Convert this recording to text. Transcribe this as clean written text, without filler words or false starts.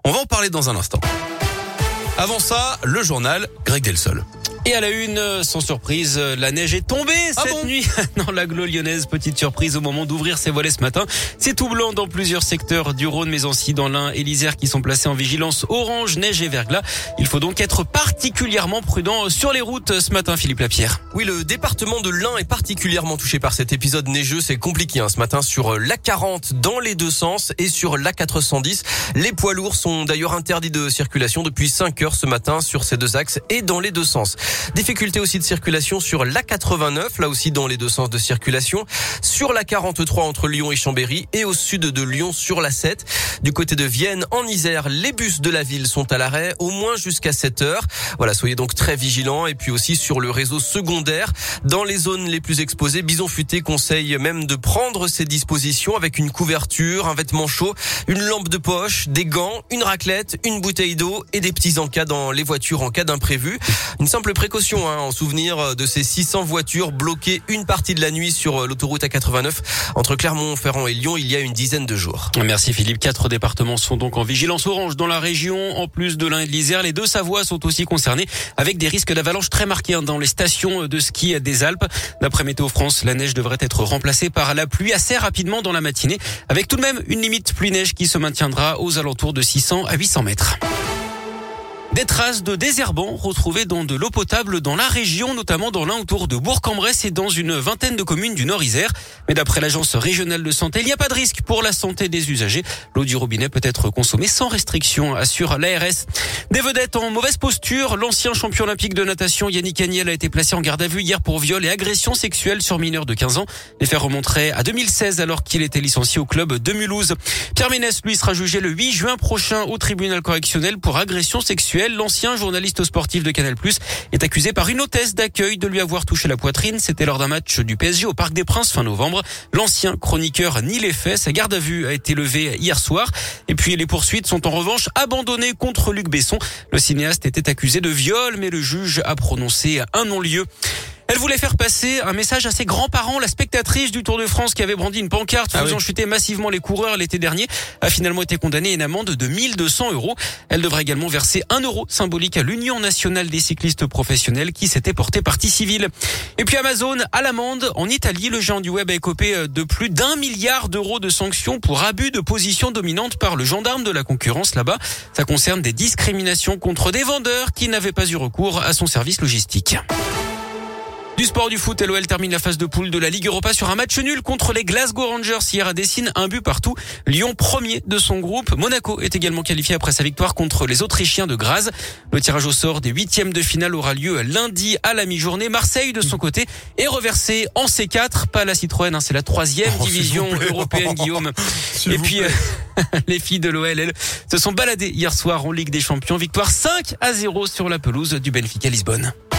On va en parler dans un instant. Avant ça, le journal Greg Delsol. Et à la une, sans surprise, la neige est tombée cette nuit dans l'agglo lyonnaise. Petite surprise au moment d'ouvrir ses volets ce matin. C'est tout blanc dans plusieurs secteurs du Rhône, mais aussi dans l'Ain et l'Isère qui sont placés en vigilance orange, neige et verglas. Il faut donc être particulièrement prudent sur les routes ce matin, Philippe Lapierre. Oui, le département de l'Ain est particulièrement touché par cet épisode neigeux. C'est compliqué ce matin sur l'A40 dans les deux sens et sur l'A410. Les poids lourds sont d'ailleurs interdits de circulation depuis 5 heures ce matin sur ces deux axes et dans les deux sens. Difficulté aussi de circulation sur l'A89, là aussi dans les deux sens de circulation. Sur l'A43 entre Lyon et Chambéry et au sud de Lyon sur l'A7. Du côté de Vienne, en Isère, les bus de la ville sont à l'arrêt, au moins jusqu'à 7 heures. Voilà, soyez donc très vigilants. Et puis aussi sur le réseau secondaire, dans les zones les plus exposées, Bison Futé conseille même de prendre ses dispositions avec une couverture, un vêtement chaud, une lampe de poche, des gants, une raclette, une bouteille d'eau et des petits encas dans les voitures en cas d'imprévu. Une simple précaution en souvenir de ces 600 voitures bloquées une partie de la nuit sur l'autoroute A89 entre Clermont-Ferrand et Lyon il y a une dizaine de jours. Merci Philippe. 4 départements sont donc en vigilance orange dans la région. En plus de l'Ain et de l'Isère, les deux Savoies sont aussi concernés avec des risques d'avalanche très marqués dans les stations de ski des Alpes. D'après Météo France, la neige devrait être remplacée par la pluie assez rapidement dans la matinée, avec tout de même une limite pluie-neige qui se maintiendra aux alentours de 600 à 800 mètres. Des traces de désherbants retrouvées dans de l'eau potable dans la région, notamment dans l'Ain autour de Bourg-en-Bresse et dans une vingtaine de communes du Nord-Isère. Mais d'après l'Agence régionale de santé, il n'y a pas de risque pour la santé des usagers. L'eau du robinet peut être consommée sans restriction, assure l'ARS. Des vedettes en mauvaise posture. L'ancien champion olympique de natation Yannick Agnel a été placé en garde à vue hier pour viol et agression sexuelle sur mineur de 15 ans. Les faits remonteraient à 2016 alors qu'il était licencié au club de Mulhouse. Pierre Ménès, lui, sera jugé le 8 juin prochain au tribunal correctionnel pour agression sexuelle. L'ancien journaliste sportif de Canal+ est accusé par une hôtesse d'accueil de lui avoir touché la poitrine. C'était lors d'un match du PSG au Parc des Princes fin novembre. L'ancien chroniqueur nie les faits. Sa garde à vue a été levée hier soir. Et puis les poursuites sont en revanche abandonnées contre Luc Besson. Le cinéaste était accusé de viol, mais le juge a prononcé un non-lieu. Elle voulait faire passer un message à ses grands-parents. La spectatrice du Tour de France qui avait brandi une pancarte faisant chuter massivement les coureurs l'été dernier a finalement été condamnée à une amende de 1 200 €. Elle devra également verser 1 € symbolique à l'Union nationale des cyclistes professionnels qui s'était portée partie civile. Et puis Amazon à l'amende. En Italie, le géant du web a écopé de plus d'1 milliard d'euros de sanctions pour abus de position dominante par le gendarme de la concurrence là-bas. Ça concerne des discriminations contre des vendeurs qui n'avaient pas eu recours à son service logistique. Du sport, du foot, l'OL termine la phase de poule de la Ligue Europa sur un match nul contre les Glasgow Rangers hier à Dessine, 1 but partout. Lyon premier de son groupe. Monaco est également qualifié après sa victoire contre les Autrichiens de Graz. Le tirage au sort des 8e de finale aura lieu lundi à la mi-journée. Marseille, de son côté, est reversé en C4. Pas la Citroën, c'est la 3e division européenne, Guillaume. Et puis, les filles de l'OL, elles, se sont baladées hier soir en Ligue des Champions. Victoire 5-0 sur la pelouse du Benfica Lisbonne.